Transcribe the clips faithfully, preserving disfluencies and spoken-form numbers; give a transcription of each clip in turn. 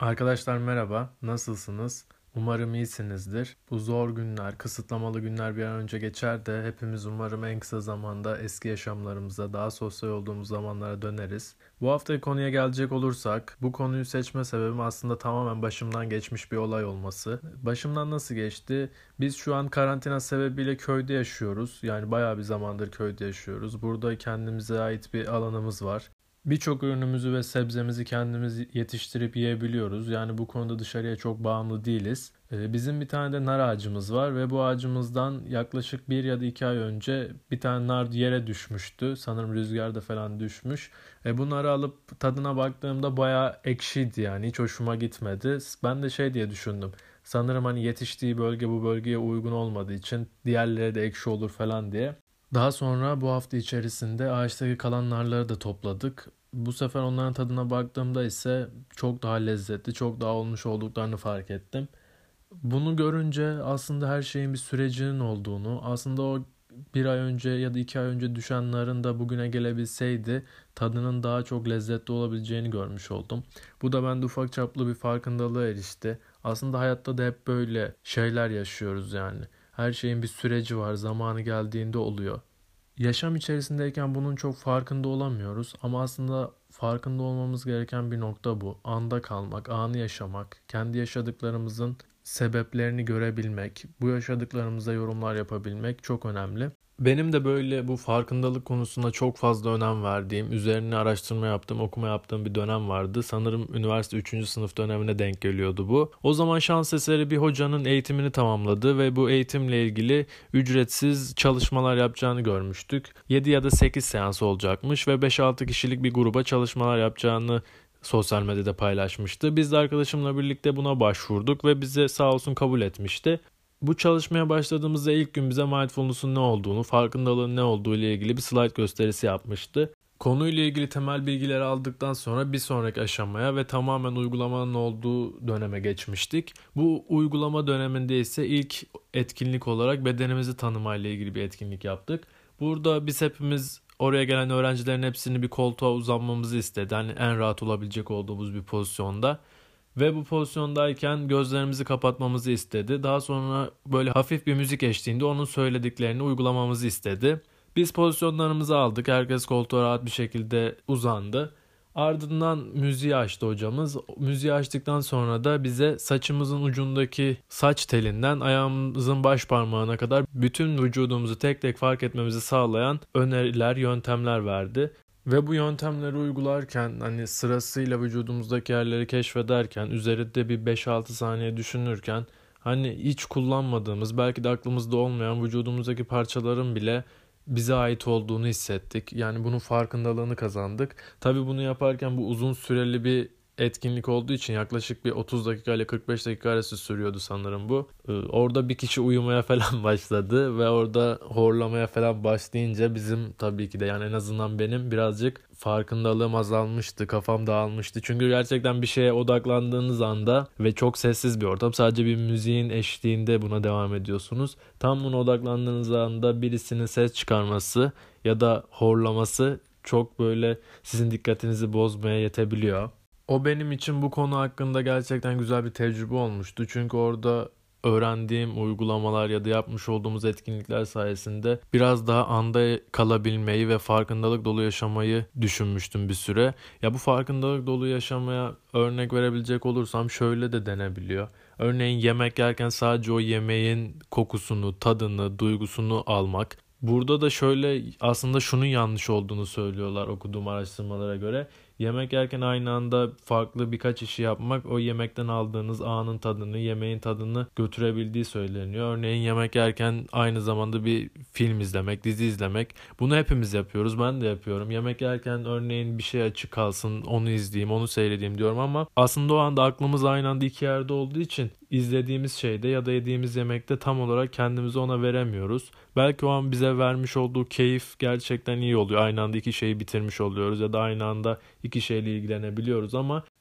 Arkadaşlar merhaba, nasılsınız? Umarım iyisinizdir. Bu zor günler, kısıtlamalı günler bir an önce geçer de hepimiz umarım en kısa zamanda eski yaşamlarımıza, daha sosyal olduğumuz zamanlara döneriz. Bu haftaki konuya gelecek olursak, bu konuyu seçme sebebim aslında tamamen başımdan geçmiş bir olay olması. Başımdan nasıl geçti? Biz şu an karantina sebebiyle köyde yaşıyoruz. Yani bayağı bir zamandır köyde yaşıyoruz. Burada kendimize ait bir alanımız var. Birçok ürünümüzü ve sebzemizi kendimiz yetiştirip yiyebiliyoruz. Yani bu konuda dışarıya çok bağımlı değiliz. Ee, Bizim bir tane de nar ağacımız var ve bu ağacımızdan yaklaşık bir ya da iki ay önce bir tane nar yere düşmüştü. Sanırım rüzgarda falan düşmüş. E bu narı alıp tadına baktığımda bayağı ekşiydi, yani hiç hoşuma gitmedi. Ben de şey diye düşündüm. Sanırım hani yetiştiği bölge bu bölgeye uygun olmadığı için diğerleri de ekşi olur falan diye. Daha sonra bu hafta içerisinde ağaçtaki kalan narları da topladık. Bu sefer onların tadına baktığımda ise çok daha lezzetli, çok daha olmuş olduklarını fark ettim. Bunu görünce aslında her şeyin bir sürecinin olduğunu, aslında o bir ay önce ya da iki ay önce düşen narın da bugüne gelebilseydi tadının daha çok lezzetli olabileceğini görmüş oldum. Bu da bende ufak çaplı bir farkındalığa erişti. Aslında hayatta da hep böyle şeyler yaşıyoruz yani. Her şeyin bir süreci var, zamanı geldiğinde oluyor. Yaşam içerisindeyken bunun çok farkında olamıyoruz ama aslında farkında olmamız gereken bir nokta bu. Anda kalmak, anı yaşamak, kendi yaşadıklarımızın sebeplerini görebilmek, bu yaşadıklarımıza yorumlar yapabilmek çok önemli. Benim de böyle bu farkındalık konusunda çok fazla önem verdiğim, üzerine araştırma yaptığım, okuma yaptığım bir dönem vardı. Sanırım üniversite üçüncü sınıf dönemine denk geliyordu bu. O zaman şans eseri bir hocanın eğitimini tamamladı ve bu eğitimle ilgili ücretsiz çalışmalar yapacağını görmüştük. yedi ya da sekiz seans olacakmış ve beş altı kişilik bir gruba çalışmalar yapacağını sosyal medyada paylaşmıştı. Biz de arkadaşımla birlikte buna başvurduk ve bize sağ olsun kabul etmişti. Bu çalışmaya başladığımızda ilk gün bize mindfulness'un ne olduğunu, farkındalığın ne olduğu ile ilgili bir slide gösterisi yapmıştı. Konuyla ilgili temel bilgileri aldıktan sonra bir sonraki aşamaya ve tamamen uygulamanın olduğu döneme geçmiştik. Bu uygulama döneminde ise ilk etkinlik olarak bedenimizi tanımayla ilgili bir etkinlik yaptık. Burada biz hepimiz oraya gelen öğrencilerin hepsini bir koltuğa uzanmamızı istedi. Yani en rahat olabilecek olduğumuz bir pozisyonda. Ve bu pozisyondayken gözlerimizi kapatmamızı istedi. Daha sonra böyle hafif bir müzik eşliğinde onun söylediklerini uygulamamızı istedi. Biz pozisyonlarımızı aldık. Herkes koltuğa rahat bir şekilde uzandı. Ardından müziği açtı hocamız. Müziği açtıktan sonra da bize saçımızın ucundaki saç telinden ayağımızın baş parmağına kadar bütün vücudumuzu tek tek fark etmemizi sağlayan öneriler, yöntemler verdi. Ve bu yöntemleri uygularken hani sırasıyla vücudumuzdaki yerleri keşfederken üzerinde bir beş altı saniye düşünürken hani hiç kullanmadığımız belki de aklımızda olmayan vücudumuzdaki parçaların bile bize ait olduğunu hissettik. Yani bunun farkındalığını kazandık. Tabii bunu yaparken bu uzun süreli bir etkinlik olduğu için yaklaşık bir otuz dakika ile kırk beş dakika arası sürüyordu sanırım bu. Ee, orada bir kişi uyumaya falan başladı ve orada horlamaya falan başlayınca bizim tabii ki de yani en azından benim birazcık farkındalığım azalmıştı, kafam dağılmıştı. Çünkü gerçekten bir şeye odaklandığınız anda ve çok sessiz bir ortam, sadece bir müziğin eşliğinde buna devam ediyorsunuz. Tam buna odaklandığınız anda birisinin ses çıkarması ya da horlaması çok böyle sizin dikkatinizi bozmaya yetebiliyor. O benim için bu konu hakkında gerçekten güzel bir tecrübe olmuştu. Çünkü orada öğrendiğim uygulamalar ya da yapmış olduğumuz etkinlikler sayesinde biraz daha anda kalabilmeyi ve farkındalık dolu yaşamayı düşünmüştüm bir süre. Ya bu farkındalık dolu yaşamaya örnek verebilecek olursam şöyle de denebiliyor. Örneğin yemek yerken sadece o yemeğin kokusunu, tadını, duygusunu almak. Burada da şöyle aslında şunun yanlış olduğunu söylüyorlar okuduğum araştırmalara göre. Yemek yerken aynı anda farklı birkaç işi yapmak o yemekten aldığınız anın tadını, yemeğin tadını götürebildiği söyleniyor. Örneğin yemek yerken aynı zamanda bir film izlemek, dizi izlemek. Bunu hepimiz yapıyoruz. Ben de yapıyorum. Yemek yerken örneğin bir şey açık kalsın, onu izleyeyim, onu seyredeyim diyorum ama aslında o anda aklımız aynı anda iki yerde olduğu için izlediğimiz şeyde ya da yediğimiz yemekte tam olarak kendimizi ona veremiyoruz. Belki o an bize vermiş olduğu keyif gerçekten iyi oluyor. Aynı anda iki şeyi bitirmiş oluyoruz ya da aynı anda iki şeyle ilgilenebiliyoruz ama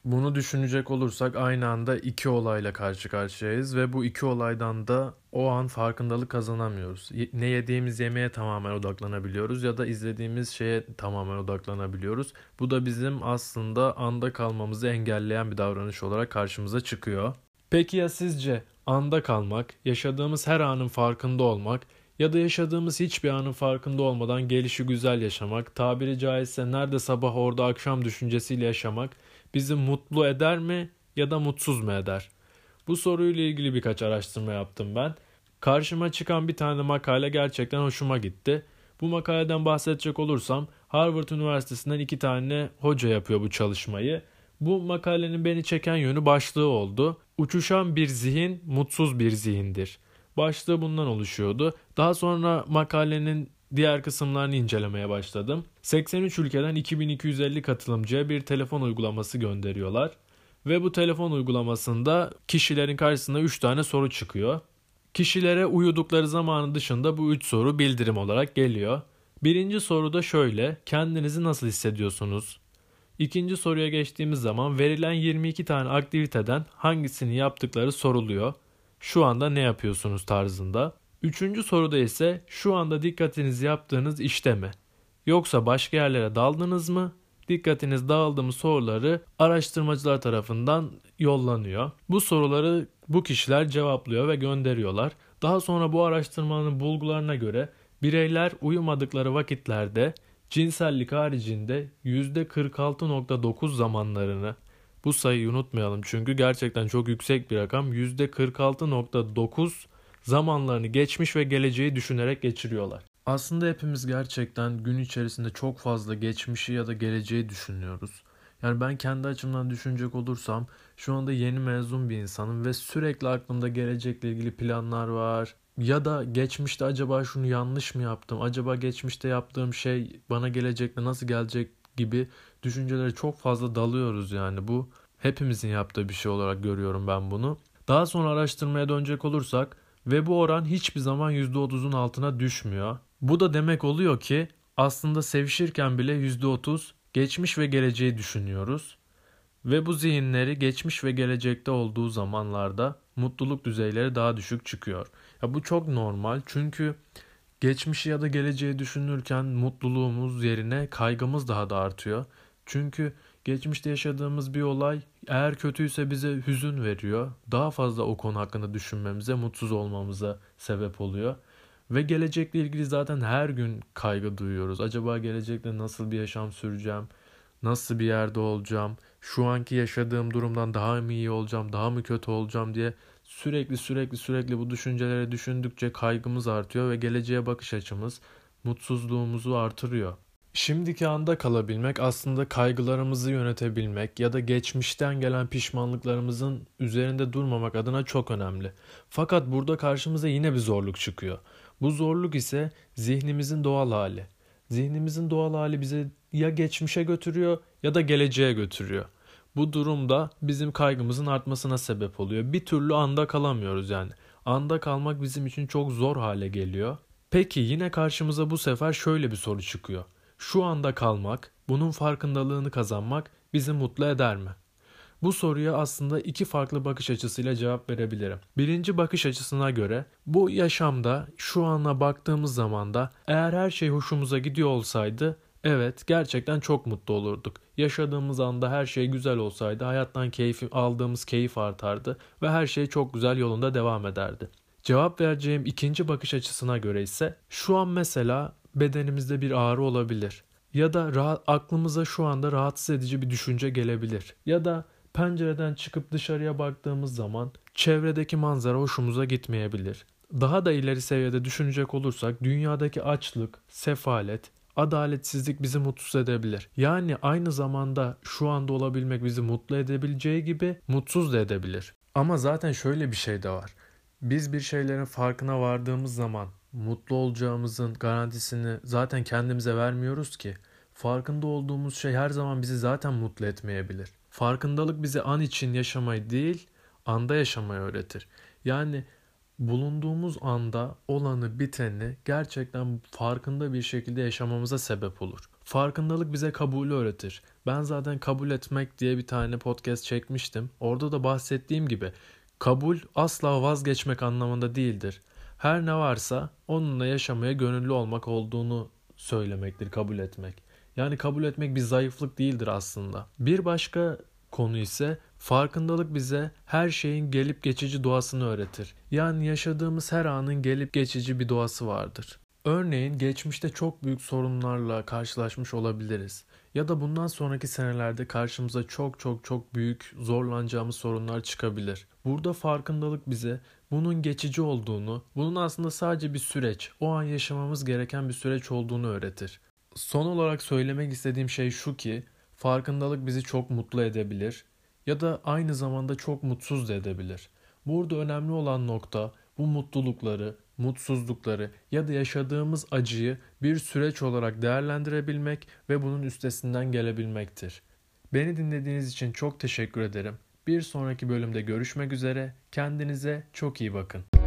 Bunu düşünecek olursak aynı anda iki olayla karşı karşıyayız ve bu iki olaydan da o an farkındalık kazanamıyoruz. Ye- Ne yediğimiz yemeğe tamamen odaklanabiliyoruz ya da izlediğimiz şeye tamamen odaklanabiliyoruz. Bu da bizim aslında anda kalmamızı engelleyen bir davranış olarak karşımıza çıkıyor. Peki ya sizce anda kalmak, yaşadığımız her anın farkında olmak ya da yaşadığımız hiçbir anın farkında olmadan gelişigüzel yaşamak, tabiri caizse nerede sabah orada akşam düşüncesiyle yaşamak bizi mutlu eder mi ya da mutsuz mu eder? Bu soruyla ilgili birkaç araştırma yaptım ben. Karşıma çıkan bir tane makale gerçekten hoşuma gitti. Bu makaleden bahsedecek olursam Harvard Üniversitesi'nden iki tane hoca yapıyor bu çalışmayı. Bu makalenin beni çeken yönü başlığı oldu. Uçuşan bir zihin mutsuz bir zihindir. Başlığı bundan oluşuyordu. Daha sonra makalenin diğer kısımlarını incelemeye başladım. seksen üç ülkeden iki bin iki yüz elli katılımcıya bir telefon uygulaması gönderiyorlar. Ve bu telefon uygulamasında kişilerin karşısına üç tane soru çıkıyor. Kişilere uyudukları zamanın dışında bu üç soru bildirim olarak geliyor. Birinci soru da şöyle: kendinizi nasıl hissediyorsunuz? İkinci soruya geçtiğimiz zaman verilen yirmi iki tane aktiviteden hangisini yaptıkları soruluyor. Şu anda ne yapıyorsunuz tarzında. Üçüncü soruda ise şu anda dikkatinizi yaptığınız işte mi? Yoksa başka yerlere daldınız mı? Dikkatiniz dağıldı mı soruları araştırmacılar tarafından yollanıyor. Bu soruları bu kişiler cevaplıyor ve gönderiyorlar. Daha sonra bu araştırmanın bulgularına göre bireyler uyumadıkları vakitlerde cinsellik haricinde yüzde kırk altı virgül dokuz zamanlarını, bu sayıyı unutmayalım çünkü gerçekten çok yüksek bir rakam, yüzde kırk altı virgül dokuz zamanlarını geçmiş ve geleceği düşünerek geçiriyorlar. Aslında hepimiz gerçekten gün içerisinde çok fazla geçmişi ya da geleceği düşünüyoruz. Yani ben kendi açımdan düşünecek olursam şu anda yeni mezun bir insanım ve sürekli aklımda gelecekle ilgili planlar var. Ya da geçmişte acaba şunu yanlış mı yaptım? Acaba geçmişte yaptığım şey bana gelecekte nasıl gelecek gibi düşüncelere çok fazla dalıyoruz yani. Bu hepimizin yaptığı bir şey olarak görüyorum ben bunu. Daha sonra araştırmaya dönecek olursak ve bu oran hiçbir zaman yüzde otuzun altına düşmüyor. Bu da demek oluyor ki aslında sevişirken bile yüzde otuz geçmiş ve geleceği düşünüyoruz. Ve bu zihinleri geçmiş ve gelecekte olduğu zamanlarda mutluluk düzeyleri daha düşük çıkıyor. Ya bu çok normal çünkü geçmişi ya da geleceği düşünürken mutluluğumuz yerine kaygımız daha da artıyor. Çünkü geçmişte yaşadığımız bir olay eğer kötüyse bize hüzün veriyor. Daha fazla o konu hakkında düşünmemize, mutsuz olmamıza sebep oluyor. Ve gelecekle ilgili zaten her gün kaygı duyuyoruz. Acaba gelecekte nasıl bir yaşam süreceğim? Nasıl bir yerde olacağım? Şu anki yaşadığım durumdan daha mı iyi olacağım, daha mı kötü olacağım diye sürekli sürekli sürekli bu düşünceleri düşündükçe kaygımız artıyor ve geleceğe bakış açımız mutsuzluğumuzu artırıyor. Şimdiki anda kalabilmek aslında kaygılarımızı yönetebilmek ya da geçmişten gelen pişmanlıklarımızın üzerinde durmamak adına çok önemli. Fakat burada karşımıza yine bir zorluk çıkıyor. Bu zorluk ise zihnimizin doğal hali. Zihnimizin doğal hali bizi ya geçmişe götürüyor ya da geleceğe götürüyor. Bu durumda bizim kaygımızın artmasına sebep oluyor. Bir türlü anda kalamıyoruz yani. Anda kalmak bizim için çok zor hale geliyor. Peki yine karşımıza bu sefer şöyle bir soru çıkıyor. Şu anda kalmak, bunun farkındalığını kazanmak bizi mutlu eder mi? Bu soruya aslında iki farklı bakış açısıyla cevap verebilirim. Birinci bakış açısına göre bu yaşamda şu ana baktığımız zaman da eğer her şey hoşumuza gidiyor olsaydı evet gerçekten çok mutlu olurduk. Yaşadığımız anda her şey güzel olsaydı hayattan keyif aldığımız keyif artardı ve her şey çok güzel yolunda devam ederdi. Cevap vereceğim ikinci bakış açısına göre ise şu an mesela bedenimizde bir ağrı olabilir. Ya da rahat, aklımıza şu anda rahatsız edici bir düşünce gelebilir. Ya da pencereden çıkıp dışarıya baktığımız zaman çevredeki manzara hoşumuza gitmeyebilir. Daha da ileri seviyede düşünecek olursak dünyadaki açlık, sefalet, adaletsizlik bizi mutsuz edebilir. Yani aynı zamanda şu anda olabilmek bizi mutlu edebileceği gibi mutsuz da edebilir. Ama zaten şöyle bir şey de var. Biz bir şeylerin farkına vardığımız zaman mutlu olacağımızın garantisini zaten kendimize vermiyoruz ki. Farkında olduğumuz şey her zaman bizi zaten mutlu etmeyebilir. Farkındalık bize an için yaşamayı değil, anda yaşamayı öğretir. Yani Bulunduğumuz anda olanı biteni gerçekten farkında bir şekilde yaşamamıza sebep olur. Farkındalık bize kabulü öğretir. Ben zaten kabul etmek diye bir tane podcast çekmiştim. Orada da bahsettiğim gibi kabul asla vazgeçmek anlamında değildir. Her ne varsa onunla yaşamaya gönüllü olmak olduğunu söylemektir kabul etmek. Yani kabul etmek bir zayıflık değildir aslında. Bir başka konu ise farkındalık bize her şeyin gelip geçici doğasını öğretir. Yani yaşadığımız her anın gelip geçici bir doğası vardır. Örneğin geçmişte çok büyük sorunlarla karşılaşmış olabiliriz. Ya da bundan sonraki senelerde karşımıza çok çok çok büyük zorlanacağımız sorunlar çıkabilir. Burada farkındalık bize bunun geçici olduğunu, bunun aslında sadece bir süreç, o an yaşamamız gereken bir süreç olduğunu öğretir. Son olarak söylemek istediğim şey şu ki, farkındalık bizi çok mutlu edebilir ya da aynı zamanda çok mutsuz da edebilir. Burada önemli olan nokta bu mutlulukları, mutsuzlukları ya da yaşadığımız acıyı bir süreç olarak değerlendirebilmek ve bunun üstesinden gelebilmektir. Beni dinlediğiniz için çok teşekkür ederim. Bir sonraki bölümde görüşmek üzere. Kendinize çok iyi bakın.